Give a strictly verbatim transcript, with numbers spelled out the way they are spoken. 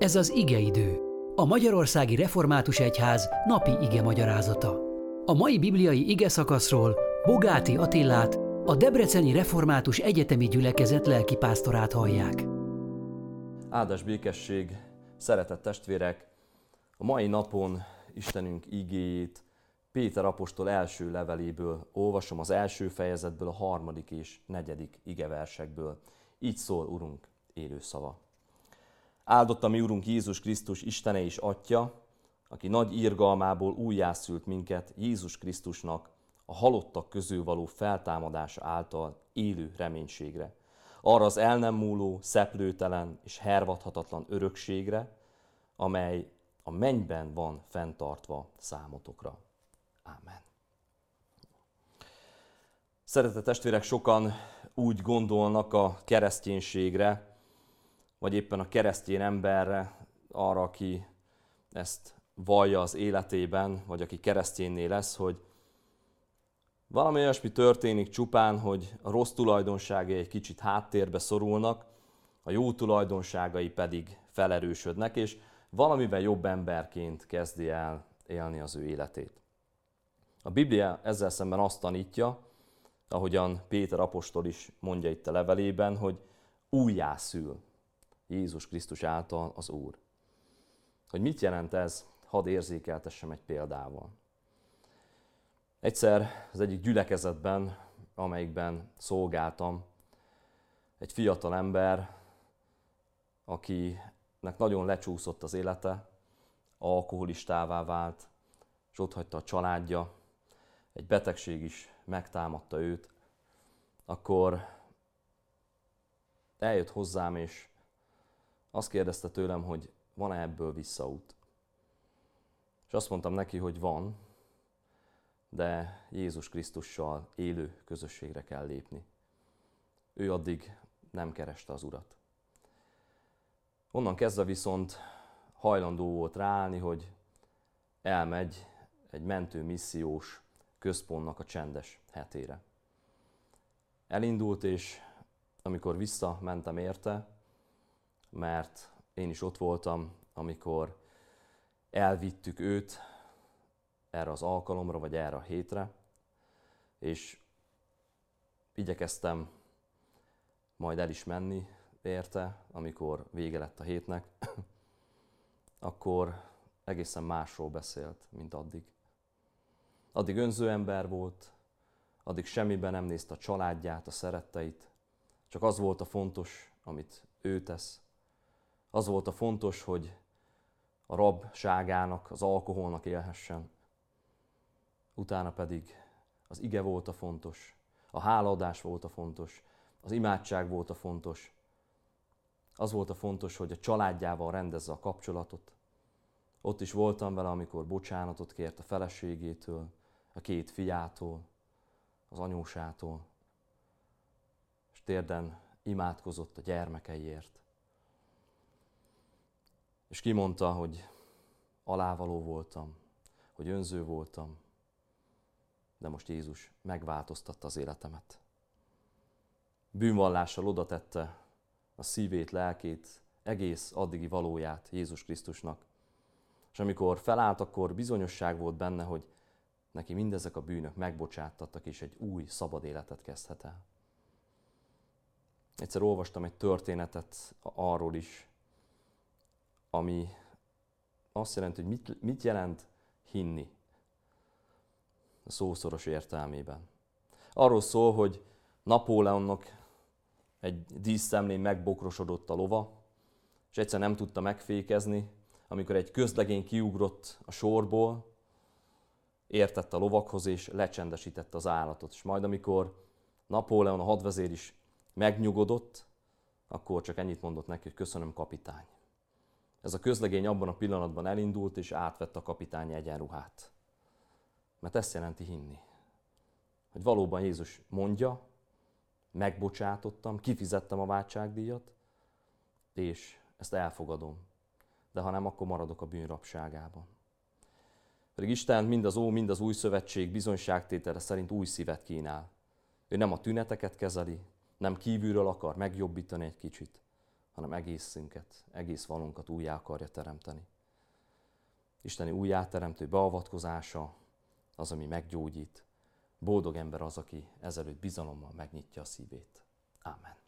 Ez az igeidő, a Magyarországi Református Egyház napi ige magyarázata. A mai bibliai ige szakaszról Bogáti Attilát, a Debreceni Református Egyetemi Gyülekezet lelkipásztorát hallják. Áldás békesség, szeretett testvérek! A mai napon Istenünk igéjét Péter apostol első leveléből olvasom, az első fejezetből, a harmadik és negyedik igeversekből. Így szól Urunk élő szava. Áldott a mi Urunk Jézus Krisztus Istene és Atya, aki nagy irgalmából újjászült minket Jézus Krisztusnak a halottak közül való feltámadása által élő reménységre, arra az el nem múló, szeplőtelen és hervadhatatlan örökségre, amely a mennyben van fenntartva számotokra. Ámen. Szeretett testvérek, sokan úgy gondolnak a kereszténységre, vagy éppen a keresztény emberre, arra, aki ezt vallja az életében, vagy aki keresztényné lesz, hogy valami olyasmi történik csupán, hogy a rossz tulajdonságai egy kicsit háttérbe szorulnak, a jó tulajdonságai pedig felerősödnek, és valamivel jobb emberként kezdi el élni az ő életét. A Biblia ezzel szemben azt tanítja, ahogyan Péter apostol is mondja itt a levelében, hogy újjászül Jézus Krisztus által az Úr. Hogy mit jelent ez, hadd érzékeltessem egy példával. Egyszer az egyik gyülekezetben, amelyikben szolgáltam, egy fiatal ember, akinek nagyon lecsúszott az élete, alkoholistává vált, és otthagyta a családja, egy betegség is megtámadta őt, akkor eljött hozzám, és azt kérdezte tőlem, hogy van-e ebből visszaút. És azt mondtam neki, hogy van, de Jézus Krisztussal élő közösségre kell lépni. Ő addig nem kereste az Urat. Onnan kezdve viszont hajlandó volt ráállni, hogy elmegy egy mentő missziós központnak a csendes hetére. Elindult, és amikor visszamentem érte, mert én is ott voltam, amikor elvittük őt erre az alkalomra, vagy erre a hétre, és igyekeztem majd el is menni érte, amikor vége lett a hétnek, akkor egészen másról beszélt, mint addig. Addig önző ember volt, addig semmiben nem nézte a családját, a szeretteit, csak az volt a fontos, amit ő tesz. Az volt a fontos, hogy a rabságának, az alkoholnak élhessen. Utána pedig az ige volt a fontos, a hálaadás volt a fontos, az imádság volt a fontos. Az volt a fontos, hogy a családjával rendezze a kapcsolatot. Ott is voltam vele, amikor bocsánatot kért a feleségétől, a két fiától, az anyósától, és térden imádkozott a gyermekeiért. És kimondta, hogy alávaló voltam, hogy önző voltam, de most Jézus megváltoztatta az életemet. Bűnvallással oda tette a szívét, lelkét, egész addigi valóját Jézus Krisztusnak. És amikor felállt, akkor bizonyosság volt benne, hogy neki mindezek a bűnök megbocsáttattak, és egy új, szabad életet kezdhet el. Egyszer olvastam egy történetet arról is, ami azt jelenti, hogy mit, mit jelent hinni a szószoros értelmében. Arról szól, hogy Napóleonnak egy díszszemlén megbokrosodott a lova, és egyszer nem tudta megfékezni, amikor egy közlegény kiugrott a sorból, értett a lovakhoz és lecsendesítette az állatot. És majd amikor Napóleon, a hadvezér is megnyugodott, akkor csak ennyit mondott neki, hogy köszönöm, kapitány. Ez a közlegény abban a pillanatban elindult, és átvette a kapitány egyenruhát. Mert ezt jelenti hinni. Hogy valóban Jézus mondja, megbocsátottam, kifizettem a váltságdíjat, és ezt elfogadom. De ha nem, akkor maradok a bűnrabságában. Pedig Isten mind az Ó, mind az Új Szövetség bizonyságtétele szerint új szívet kínál. Ő nem a tüneteket kezeli, nem kívülről akar megjobbítani egy kicsit, hanem egészünket, egész valunkat újjá akarja teremteni. Isteni újjáteremtő beavatkozása az, ami meggyógyít. Boldog ember az, aki ezelőtt bizalommal megnyitja a szívét. Ámen.